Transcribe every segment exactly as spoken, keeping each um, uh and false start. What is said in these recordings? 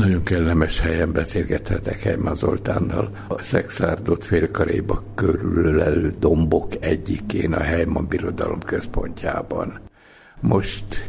Nagyon kellemes helyen beszélgethetek Heimann Zoltánnal. A Szekszárd félkaréba körülölelő dombok egyikén, a Heimann Birodalom központjában. Most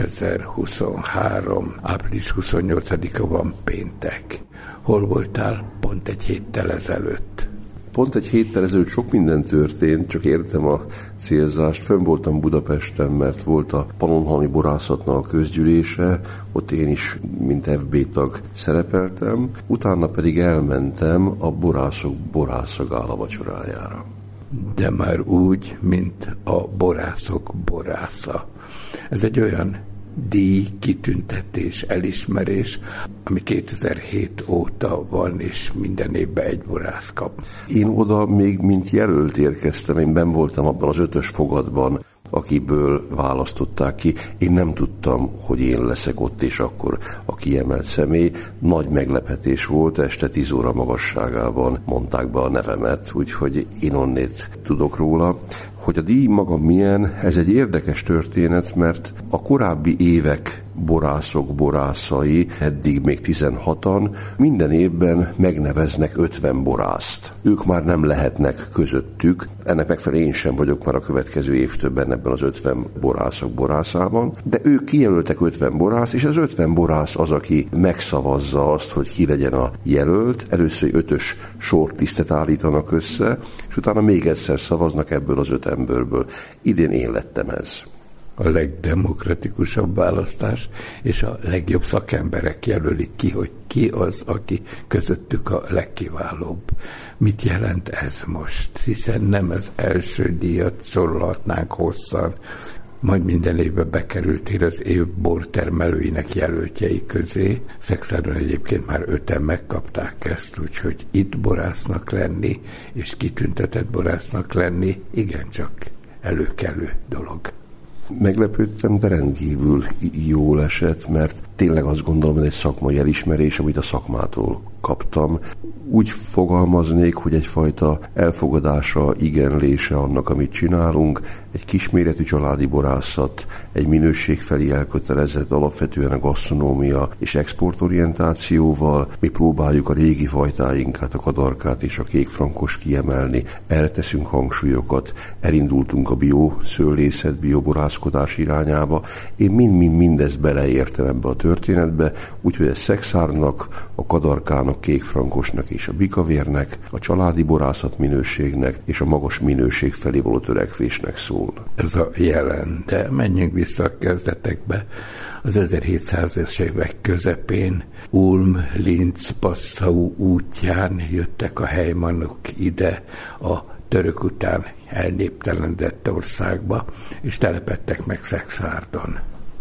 kétezer-huszonhárom. április huszonnyolcadika van, péntek. Hol voltál pont egy héttel ezelőtt? Pont egy héttel ezelőtt sok minden történt, csak értem a célzást. Fönn voltam Budapesten, mert volt a Pannonhalmi Borászatnak a közgyűlése, ott én is, mint ef bé tag szerepeltem. Utána pedig elmentem a Borászok Borásza gála vacsorájára. De már úgy, mint a Borászok Borásza. Ez egy olyan díj, kitüntetés, elismerés, ami kétezer-hét óta van, és minden évben egy borász kap. Én oda még mint jelölt érkeztem, én benn voltam abban az ötös fogadban, akiből választották ki. Én nem tudtam, hogy én leszek ott, és akkor a kiemelt személy. Nagy meglepetés volt, este tíz óra magasságában mondták be a nevemet, úgyhogy én onnét tudok róla. Hogy a díj maga milyen, ez egy érdekes történet, mert a korábbi évek borászok, borászai, eddig még tizenhatan, minden évben megneveznek ötven borászt. Ők már nem lehetnek közöttük, ennek megfelelően én sem vagyok már a következő évtől ebben az ötven borászok borászában, de ők kijelöltek ötven borászt, és az ötven borász az, aki megszavazza azt, hogy ki legyen a jelölt. Először egy ötös sortlisztet állítanak össze, és utána még egyszer szavaznak ebből az öt emberből. Idén én lettem ez. A legdemokratikusabb választás, és a legjobb szakemberek jelölik ki, hogy ki az, aki közöttük a legkiválóbb. Mit jelent ez most? Hiszen nem az első díjat sorolhatnánk hosszan, majd minden évben bekerültél az év bortermelőinek jelöltjei közé. Szekszárdon egyébként már öten megkapták ezt, úgyhogy itt borásznak lenni, és kitüntetett borásznak lenni igencsak előkelő dolog. Meglepődtem, de rendkívül jól esett, mert tényleg azt gondolom, hogy egy szakmai elismerés, amit a szakmától kaptam. Úgy fogalmaznék, hogy egyfajta elfogadása, igenlése annak, amit csinálunk, egy kisméretű családi borászat, egy minőség felé elkötelezett, alapvetően a gasztronómia és exportorientációval. Mi próbáljuk a régi fajtáinkat, a kadarkát és a kékfrankos kiemelni, elteszünk hangsúlyokat, elindultunk a biószőlészet, bioborászkodás irányába. Én mind-mind mindezt beleértem ebbe a történetbe, úgyhogy ez Szekszárdnak, a kadarkának, kékfrankosnak és a bikavérnek, a családi borászat minőségnek és a magas minőség felé való törekvésnek szól. Ez a jelen, de menjünk vissza a kezdetekbe. Az ezerhétszázas évek közepén Ulm, Linz, Passau útján jöttek a Heimannok ide a török után elnéptelenedett országba, és telepedtek meg Szekszárdon.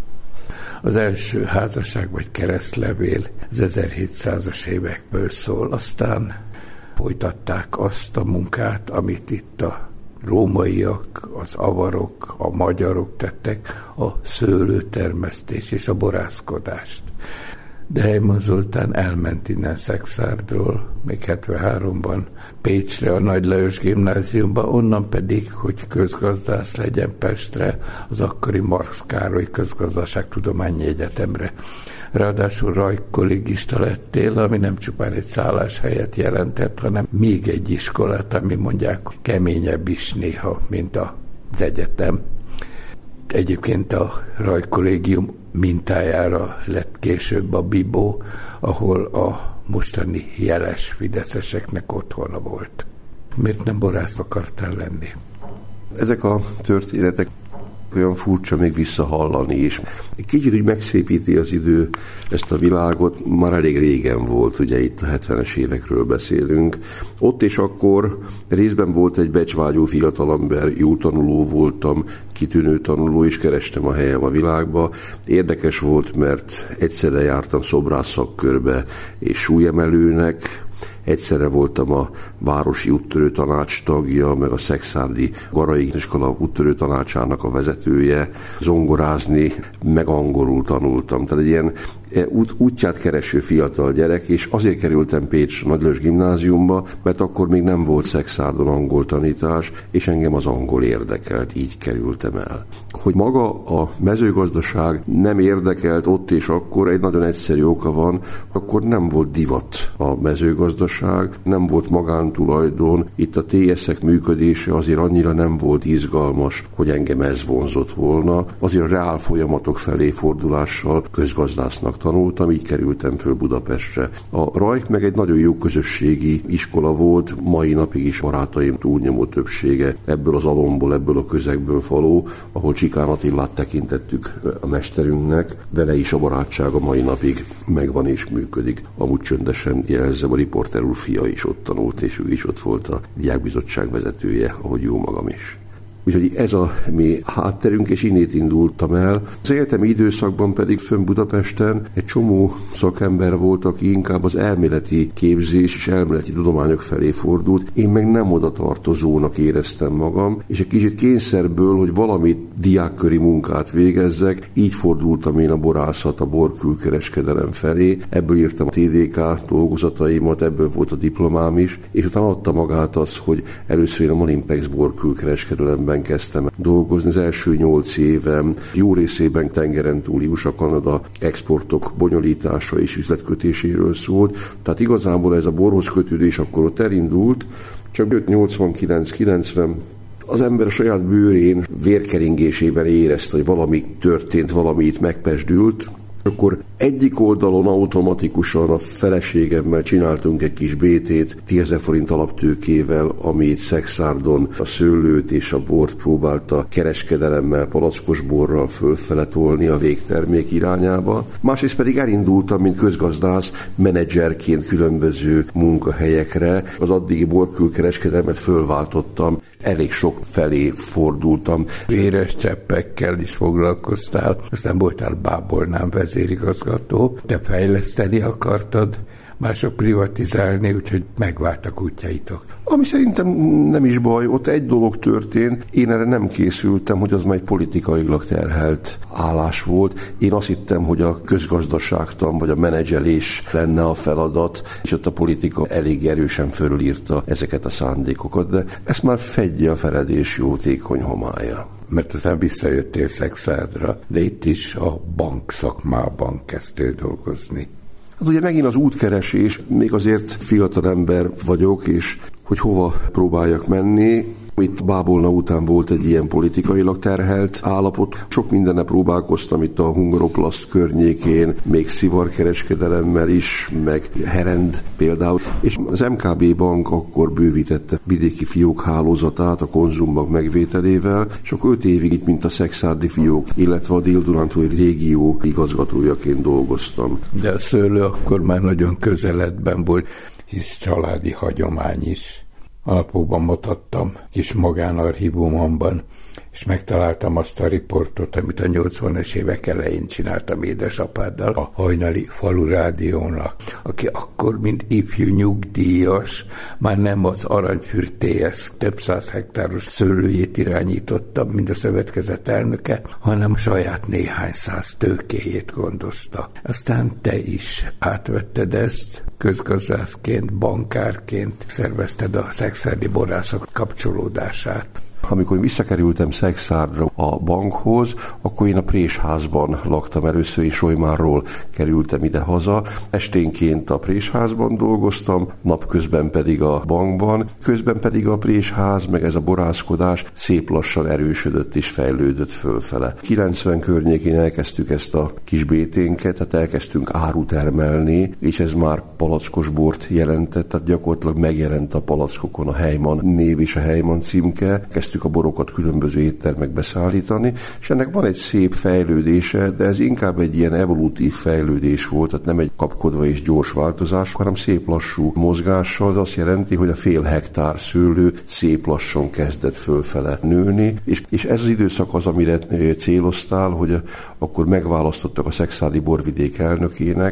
Az első házasság vagy keresztlevél az ezerhétszázas évekből szól, aztán folytatták azt a munkát, amit itt a rómaiak, az avarok, a magyarok tettek, a szőlőtermesztés és a borászkodást. De Heimann Zoltán elment innen Szekszárdról, még hetvenháromban Pécsre, a Nagy Lajos gimnáziumba, onnan pedig, hogy közgazdász legyen Pestre, az akkori Marx Károly Közgazdaságtudományi Egyetemre. Ráadásul rajkollégista lettél, ami nem csupán egy szálláshelyet jelentett, hanem még egy iskolát, ami mondják keményebb is néha, mint az egyetem. Egyébként a rajkollégium mintájára lett később a Bibó, ahol a mostani jeles fideszeseknek otthona volt. Miért nem borász akartál lenni? Ezek a történetek olyan furcsa még visszahallani, és egy kicsit úgy megszépíti az idő ezt a világot, már elég régen volt, ugye itt a hetvenes évekről beszélünk. Ott és akkor részben volt egy becsvágyó fiatalember, jó tanuló voltam, kitűnő tanuló, és kerestem a helyem a világba. Érdekes volt, mert egyszerre jártam szobrász szakkörbe és súlyemelőnek, Egyszerre voltam a városi úttörő tanács tagja, meg a szekszárdi Garai iskola úttörő tanácsának a vezetője. Zongorázni, meg angolul tanultam. Tehát egy ilyen út, útját kereső fiatal gyerek, és azért kerültem Pécs Nagylős gimnáziumba, mert akkor még nem volt Szekszárdon angol tanítás, és engem az angol érdekelt, így kerültem el. Hogy maga a mezőgazdaság nem érdekelt ott és akkor, egy nagyon egyszerű oka van, akkor nem volt divat a mezőgazdaság, nem volt magántulajdon, itt a té eszek működése azért annyira nem volt izgalmas, hogy engem ez vonzott volna, azért a reál folyamatok felé fordulással közgazdásznak tanultam, így kerültem föl Budapestre. A Rajk meg egy nagyon jó közösségi iskola volt, mai napig is barátaim túlnyomó többsége ebből az alomból, ebből a közegből való, ahol Csikán Attillát tekintettük a mesterünknek, vele is a barátság a mai napig megvan és működik. Amúgy csöndesen jelzem, a riporter úr fia is ott tanult, és ő is ott volt a diákbizottság vezetője, ahogy jó magam is. Úgyhogy ez a mi hátterünk, és innét indultam el. Az egyetemi időszakban pedig fönn Budapesten egy csomó szakember volt, aki inkább az elméleti képzés és elméleti tudományok felé fordult. Én meg nem oda tartozónak éreztem magam, és egy kicsit kényszerből, hogy valamit diákköri munkát végezzek, így fordultam én a borászat, a borkülkereskedelem felé. Ebből írtam a té dé ká dolgozataimat, ebből volt a diplomám is, és utána adta magát az, hogy először én a Malimpex borkülkereskedelemben kezdtem dolgozni. Az első nyolc évem jó részében tengeren túli u es á-Kanada exportok bonyolítása és üzletkötéséről szólt. Tehát igazából ez a borhoz kötődés akkor ott elindult, csak nyolcvankilenc kilencven az ember a saját bőrén, vérkeringésében érezte, hogy valami történt, valami itt megpesdült, akkor egyik oldalon automatikusan a feleségemmel csináltunk egy kis bé tét tízezer forint alaptőkével, amit Szekszárdon a szőlőt és a bort próbálta kereskedelemmel, palackos borral fölfele tolni a végtermék irányába. Másrészt pedig elindultam, mint közgazdász, menedzserként különböző munkahelyekre. Az addigi borkülkereskedelmet fölváltottam, elég sok felé fordultam. Véres cseppekkel is foglalkoztál, aztán voltál Bábolnán vezérigazgató, te fejleszteni akartad, mások privatizálni, úgyhogy megváltak útjaitok. Ami szerintem nem is baj, ott egy dolog történt, én erre nem készültem, hogy az már egy politikailag terhelt állás volt. Én azt hittem, hogy a közgazdaságtan vagy a menedzselés lenne a feladat, és ott a politika elég erősen fölírta ezeket a szándékokat, de ezt már fedje a feledés jótékony homálya. Mert aztán visszajöttél Szekszárdra, de itt is a bank szakmában kezdtél dolgozni. Hát ugye megint az útkeresés, még azért fiatal ember vagyok, és hogy hova próbáljak menni. Itt Bábolna után volt egy ilyen politikailag terhelt állapot. Sok mindenne próbálkoztam itt a Hungaroplast környékén, még szivarkereskedelemmel is, meg Herend például. És az em ká bé Bank akkor bővítette vidéki fiók hálózatát a konzumbank megvételével, és akkor öt évig itt, mint a szekszárdi fiók, illetve a Dél-Dunántúli régió igazgatójaként dolgoztam. De a szőlő akkor már nagyon közeledben volt, hisz családi hagyomány is. A napokban mutattam kis magánarchívumomban, és megtaláltam azt a riportot, amit a nyolcvanas évek elején csináltam édesapáddal a hajnali falu rádiónak, aki akkor, mint ifjú nyugdíjas, már nem az Aranyfürt té es több száz hektáros szőlőjét irányította, mint a szövetkezet elnöke, hanem saját néhány száz tőkéjét gondozta. Aztán te is átvetted ezt, közgazdászként, bankárként szervezted a szekszárdi borászok kapcsolódását. Amikor visszakerültem Szekszárdra a bankhoz, akkor én a Présházban laktam először, és Solymárról kerültem ide-haza. Esténként a Présházban dolgoztam, napközben pedig a bankban, közben pedig a Présház, meg ez a borászkodás szép lassan erősödött és fejlődött fölfele. kilencven környékén elkezdtük ezt a kis bé ténket, tehát elkezdtünk árut termelni, és ez már palackos bort jelentett, tehát gyakorlatilag megjelent a palackokon a Heiman név és a Heiman címke. Kezdtük a borokat különböző éttermekbe szállítani, és ennek van egy szép fejlődése, de ez inkább egy ilyen evolutív fejlődés volt, tehát nem egy kapkodva és gyors változás, hanem szép lassú mozgással. Ez azt jelenti, hogy a fél hektár szőlő szép lassan kezdett fölfele nőni, és, és ez az időszak az, amire céloztál, hogy akkor megválasztottak a szekszárdi borvidék elnökének,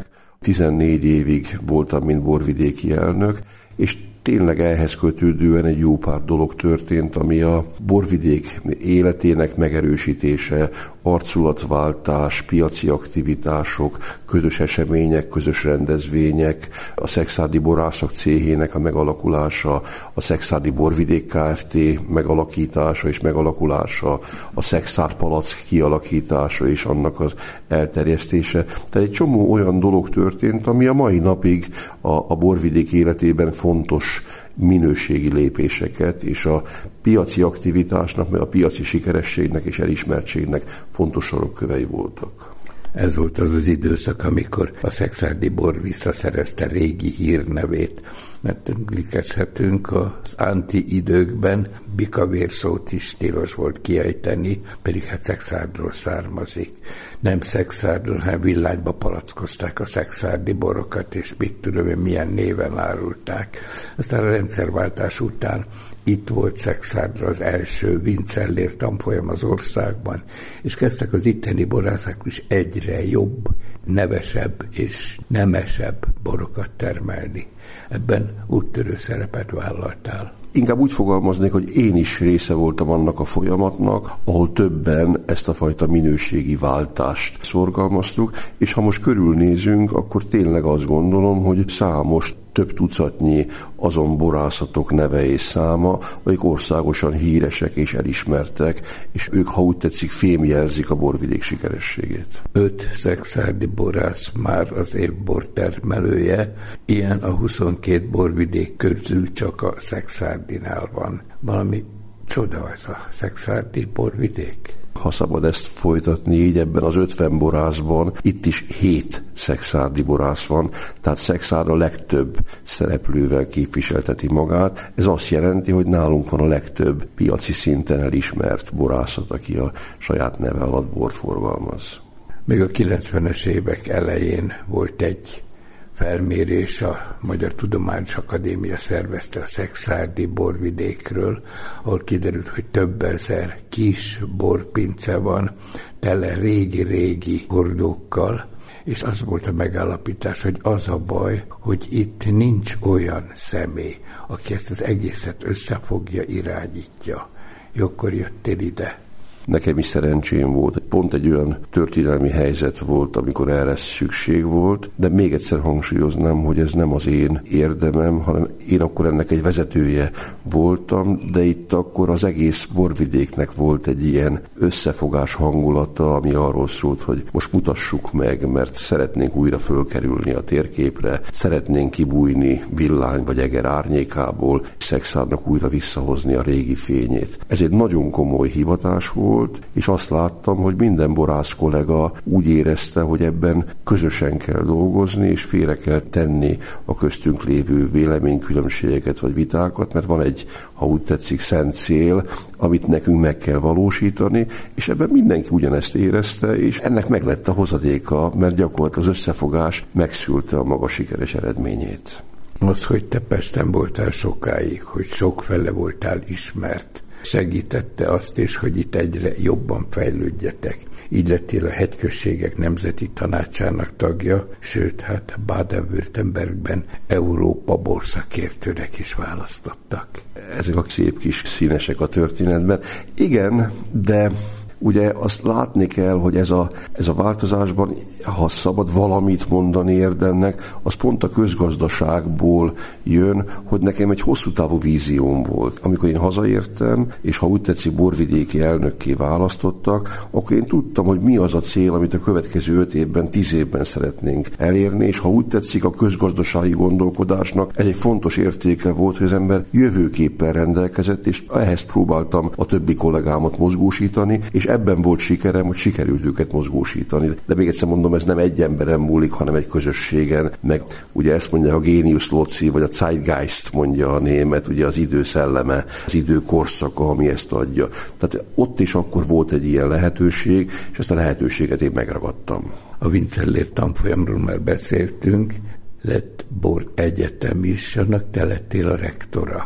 tizennégy évig voltam, mint borvidéki elnök, és tényleg ehhez kötődően egy jó pár dolog történt, ami a borvidék életének megerősítése, arculatváltás, piaci aktivitások, közös események, közös rendezvények, a Szekszárdi Borászok céhének a megalakulása, a Szekszárdi Borvidék Kft. Megalakítása és megalakulása, a Szekszárd Palack kialakítása és annak az elterjesztése. Tehát egy csomó olyan dolog történt, ami a mai napig a, a borvidék életében fontos minőségi lépéseket és a piaci aktivitásnak, meg a piaci sikerességnek és elismertségnek fontos sarokkövei voltak. Ez volt az az időszak, amikor a szekszárdi bor visszaszerezte régi hírnevét, mert emlékezhetünk az anti időkben bikavér szót is tilos volt kiejteni, pedig hát Szekszárdról származik. Nem Szekszárdról, hanem villányba palackozták a szekszárdi borokat, és mit tudom én, milyen néven árulták. Aztán a rendszerváltás után itt volt Szekszárdra az első Vincellér tanfolyam az országban, és kezdtek az itteni borászák is egyre jobb, nevesebb és nemesebb borokat termelni. Ebben úttörő szerepet vállaltál. Inkább úgy fogalmaznék, hogy én is része voltam annak a folyamatnak, ahol többen ezt a fajta minőségi váltást szorgalmaztuk, és ha most körülnézünk, akkor tényleg azt gondolom, hogy számos több tucatnyi azon borászatok neve és száma, akik országosan híresek és elismertek, és ők, ha úgy tetszik, fémjelzik a borvidék sikerességét. Öt szekszárdi borász már az év bortermelője, ilyen a huszonkét borvidék közül csak a Szekszárdinál van. Valami csoda ez a szekszárdi borvidék. Ha szabad ezt folytatni így ebben az ötven borászban, itt is hét szekszárdi borász van, tehát Szekszárd a legtöbb szereplővel képviselteti magát. Ez azt jelenti, hogy nálunk van a legtöbb piaci szinten elismert borászat, aki a saját neve alatt bort forgalmaz. Még a kilencvenes évek elején volt egy felmérés, a Magyar Tudományos Akadémia szervezte a szekszárdi borvidékről, ahol kiderült, hogy több ezer kis borpince van, tele régi-régi hordókkal, és az volt a megállapítás, hogy az a baj, hogy itt nincs olyan személy, aki ezt az egészet összefogja, irányítja. Jókor jöttél ide. Nekem is szerencsém volt. Pont egy olyan történelmi helyzet volt, amikor erre szükség volt, de még egyszer hangsúlyoznám, hogy ez nem az én érdemem, hanem én akkor ennek egy vezetője voltam, de itt akkor az egész borvidéknek volt egy ilyen összefogás hangulata, ami arról szólt, hogy most mutassuk meg, mert szeretnénk újra fölkerülni a térképre, szeretnénk kibújni Villány vagy Eger árnyékából, Szekszárdnak újra visszahozni a régi fényét. Ez egy nagyon komoly hivatás volt, volt, és azt láttam, hogy minden borász kollega úgy érezte, hogy ebben közösen kell dolgozni, és félre kell tenni a köztünk lévő véleménykülönbségeket vagy vitákat, mert van egy, ha úgy tetszik, szent cél, amit nekünk meg kell valósítani, és ebben mindenki ugyanezt érezte, és ennek meg lett a hozadéka, mert gyakorlatilag az összefogás megszülte a maga sikeres eredményét. Az, hogy te Pesten voltál sokáig, hogy sokfele voltál ismert, segítette azt is, hogy itt egyre jobban fejlődjetek. Így lettél a Hegyközségek Nemzeti Tanácsának tagja, sőt, hát Baden-Württembergben Európa borszakértőnek is választottak. Ezek a szép kis színesek a történetben. Igen, de ugye azt látni kell, hogy ez a, ez a változásban, ha szabad valamit mondani érdemnek, az pont a közgazdaságból jön, hogy nekem egy hosszú távú vízióm volt. Amikor én hazaértem, és ha úgy tetszik borvidéki elnökké választottak, akkor én tudtam, hogy mi az a cél, amit a következő öt évben, tíz évben szeretnénk elérni, és ha úgy tetszik a közgazdasági gondolkodásnak, ez egy fontos értéke volt, hogy az ember jövőképpen rendelkezett, és ehhez próbáltam a többi kollégámat mozgósítani, és ebben volt sikerem, hogy sikerült őket mozgósítani. De még egyszer mondom, ez nem egy emberen múlik, hanem egy közösségen. Meg ugye ezt mondja a Genius Loci, vagy a Zeitgeist mondja a német, ugye az idő szelleme, az idő korszaka, ami ezt adja. Tehát ott is akkor volt egy ilyen lehetőség, és ezt a lehetőséget én megragadtam. A Vincellér tanfolyamról már beszéltünk, lett bor egyetem is, annak te lettél a rektora.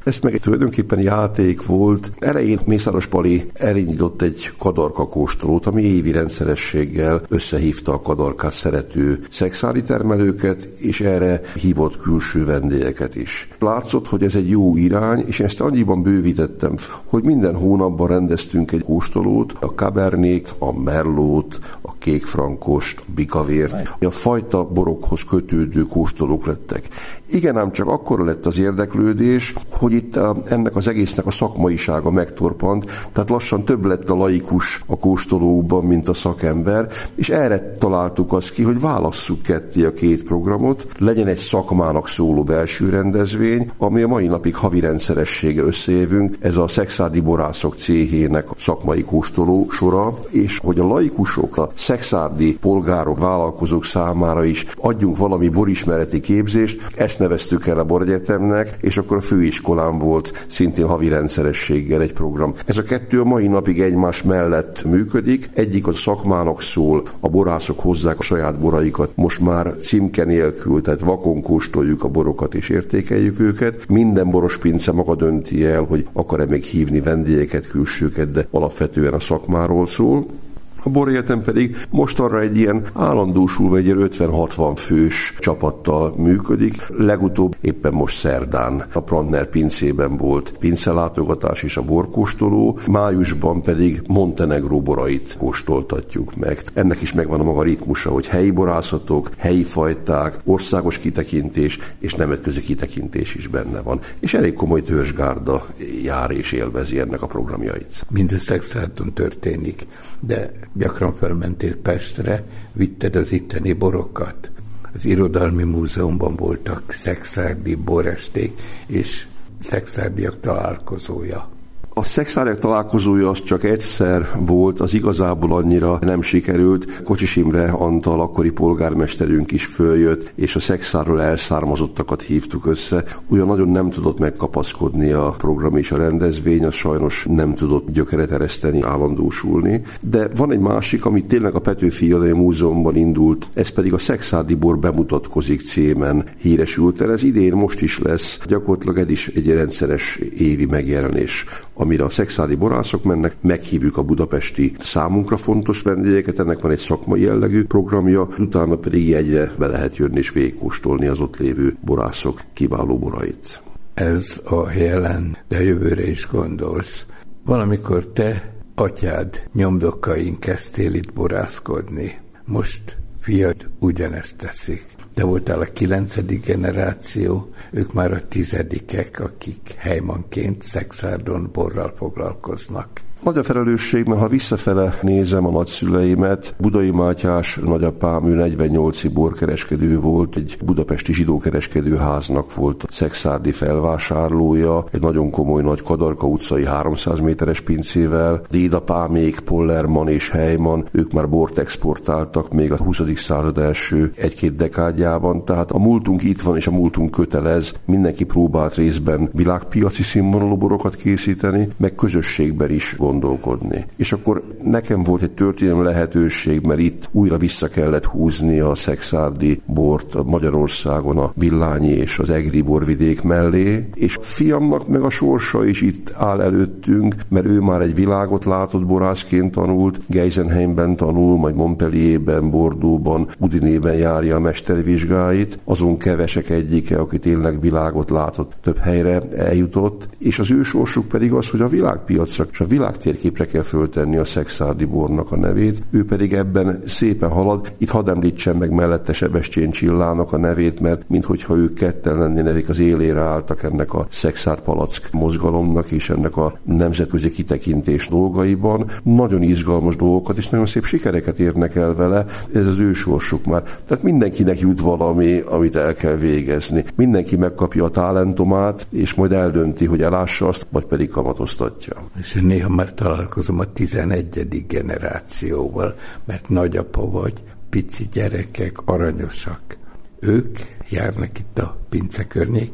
Ez meg tulajdonképpen játék volt. Elején Mészáros Pali elindított egy kadarka kóstolót, ami évi rendszerességgel összehívta a kadarkát szerető szekszári termelőket, és erre hívott külső vendégeket is. Látszott, hogy ez egy jó irány, és ezt annyiban bővítettem, hogy minden hónapban rendeztünk egy kóstolót, a Cabernét, a Merlót, a Kékfrankost, a Bikavért, a fajta borokhoz kötődő kóstolók lettek. Igen, ám csak akkor lett az érdeklődés, hogy itt a, ennek az egésznek a szakmaisága megtorpant, tehát lassan több lett a laikus a kóstolókban, mint a szakember, és erre találtuk azt ki, hogy válasszuk ketté a két programot, legyen egy szakmának szóló belső rendezvény, ami a mai napig havi rendszeressége összejövünk, ez a Szekszárdi Borászok Céhének szakmai kóstoló sora, és hogy a laikusok, a szekszárdi polgárok, vállalkozók számára is adjunk valami borismereti képzést, ezt neveztük el a Boregyetemnek, és akkor a főiskolán volt szintén havi rendszerességgel egy program. Ez a kettő a mai napig egymás mellett működik, egyik a szakmának szól, a borászok hozzák a saját boraikat, most már címke nélkül, tehát vakon kóstoljuk a borokat és értékeljük őket. Minden boros pince maga dönti el, hogy akar-e még hívni vendégeket, külsőket, de alapvetően a szakmáról szól. A Boregyetem pedig mostanra egy ilyen állandósulva egy ötven-hatvan fős csapattal működik. Legutóbb éppen most szerdán a Prantner pincében volt pincelátogatás és a borkóstoló, májusban pedig Montenegró borait kóstoltatjuk meg. Ennek is megvan a maga ritmusa, hogy helyi borászatok, helyi fajták, országos kitekintés és nemzetközi kitekintés is benne van. És elég komoly törzsgárda jár és élvezi ennek a programjait. Mindez Szekszárdon történik, de gyakran felmentél Pestre, vitted az itteni borokat. Az Irodalmi Múzeumban voltak szekszárdi boresték és szekszárdiak találkozója. A szekszárdiak találkozója az csak egyszer volt, az igazából annyira nem sikerült. Kocsis Imre Antal, akkori polgármesterünk is följött, és a Szekszárról elszármazottakat hívtuk össze. Ugyan nagyon nem tudott megkapaszkodni a program és a rendezvény, az sajnos nem tudott gyökeret ereszteni, állandósulni. De van egy másik, ami tényleg a Petőfi Irodalmi Múzeumban indult, ez pedig a Szekszárdi bor bemutatkozik címen híresült el. Ez idén most is lesz, gyakorlatilag ez is egy rendszeres évi megjelenés, amire a szekszárdi borászok mennek, meghívjuk a budapesti számunkra fontos vendégeket, ennek van egy szakmai jellegű programja, utána pedig jegyre be lehet jönni és végigkóstolni az ott lévő borászok kiváló borait. Ez a jelen, de jövőre is gondolsz. Valamikor te, atyád nyomdokain kezdtél itt borászkodni. Most fiad ugyanezt teszik. Te voltál a kilencedik generáció, ők már a tizedikek, akik helymanként Szekszárdon borral foglalkoznak. Nagy a felelősség, mert ha visszafele nézem a nagyszüleimet, Budai Mátyás nagyapám, ő negyvennyolci borkereskedő volt, egy budapesti zsidókereskedőháznak volt szekszárdi felvásárlója, egy nagyon komoly nagy Kadarka utcai háromszáz méteres pincével, dédapámék, Pollerman és Helyman, ők már bort exportáltak még a huszadik század első egy-két dekádjában, tehát a múltunk itt van, és a múltunk kötelez, mindenki próbált részben világpiaci színvonalú borokat készíteni, meg közösségben is gondolkodni. És akkor nekem volt egy történelmi lehetőség, mert itt újra vissza kellett húzni a szekszárdi bort Magyarországon a Villányi és az egri borvidék mellé, és fiamnak meg a sorsa is itt áll előttünk, mert ő már egy világot látott borászként tanult, Geisenheimben tanul, majd Montpellierben, Bordeauxban, Udinében járja a mestervizsgáit, azon kevesek egyike, aki tényleg világot látott, több helyre eljutott, és az ő sorsuk pedig az, hogy a világpiacra és a világ térképre kell föltenni a szekszárdi bornak a nevét, ő pedig ebben szépen halad. Itt hadd említsem meg mellette Sebestyén Csillának a nevét, mert minthogyha ők ketten lennének, az élére álltak ennek a Szekszárd palack mozgalomnak és ennek a nemzetközi kitekintés dolgaiban. Nagyon izgalmas dolgokat és nagyon szép sikereket érnek el vele, ez az ő sorsuk már. Tehát mindenkinek jut valami, amit el kell végezni. Mindenki megkapja a talentumát, és majd eldönti, hogy elássa azt, vagy pedig kamatoztatja. És néha már találkozom a tizenegyedik generációval, mert nagyapa vagy, pici gyerekek, aranyosak. Ők járnak itt a pince környékén?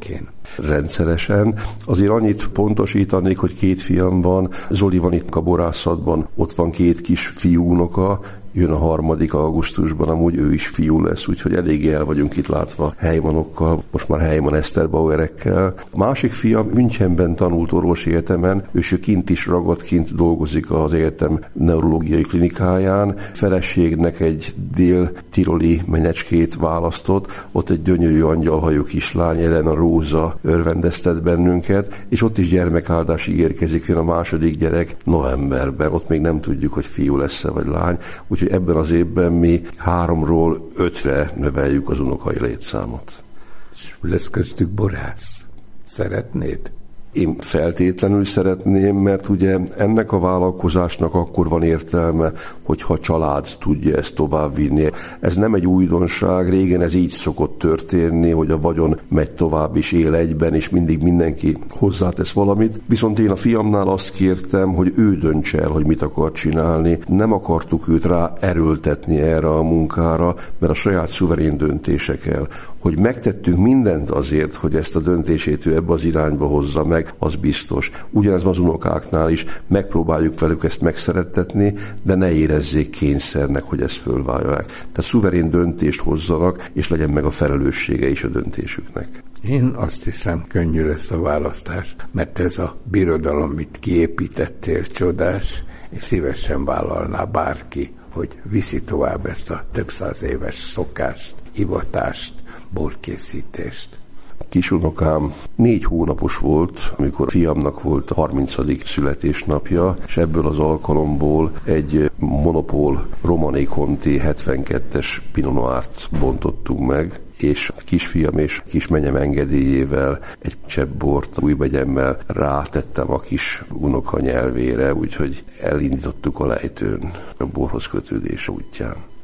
rendszeresen. Azért annyit pontosítanék, hogy két fiam van, Zoli van itt a borászatban, ott van két kis fiúnoka, jön a harmadik augusztusban, amúgy ő is fiú lesz, úgyhogy eléggé el vagyunk itt látva Heymanokkal, most már Heyman Eszterbauerekkel. A másik fiam Münchenben tanult orvosi egyetemen, és ő kint is ragadt, kint dolgozik az egyetem neurológiai klinikáján. Feleségnek egy dél-tiroli menyecskét választott, ott egy gyönyörű angyalhajú kislány, Elena Róza örvendeztet bennünket, és ott is gyermekáldás ígérkezik, jön a második gyerek novemberben, ott még nem tudjuk, hogy fiú lesz-e vagy lány, úgyhogy ebben az évben mi háromról ötre növeljük az unokai létszámot. És lesz köztük borász. Szeretnéd? Én feltétlenül szeretném, mert ugye ennek a vállalkozásnak akkor van értelme, hogyha a család tudja ezt továbbvinni. Ez nem egy újdonság, régen ez így szokott történni, hogy a vagyon megy tovább és él egyben, és mindig mindenki hozzátesz valamit. Viszont én a fiamnál azt kértem, hogy ő döntse el, hogy mit akar csinálni. Nem akartuk őt rá erőltetni erre a munkára, mert a saját szuverén döntése kell. Hogy megtettünk mindent azért, hogy ezt a döntését ő ebbe az irányba hozza meg, az biztos. Ugyanez van az unokáknál is, megpróbáljuk velük ezt megszerettetni, de ne érezzék kényszernek, hogy ezt fölvállalják. Tehát szuverén döntést hozzanak, és legyen meg a felelőssége is a döntésüknek. Én azt hiszem, könnyű lesz a választás, mert ez a birodalom, amit kiépítettél, csodás, és szívesen vállalná bárki, hogy viszi tovább ezt a több száz éves szokást, hivatást, borkészítést. Kisunokám négy hónapos volt, amikor fiamnak volt a harmincadik születésnapja, és ebből az alkalomból egy Monopól Romanée Conti hetvenkettes Pinot Noirt bontottunk meg, és a kisfiam és kismenyem engedélyével egy csepp bort újbegyemmel rátettem a kis unoka nyelvére, úgyhogy elindítottuk a lejtőn a borhoz kötődése útján.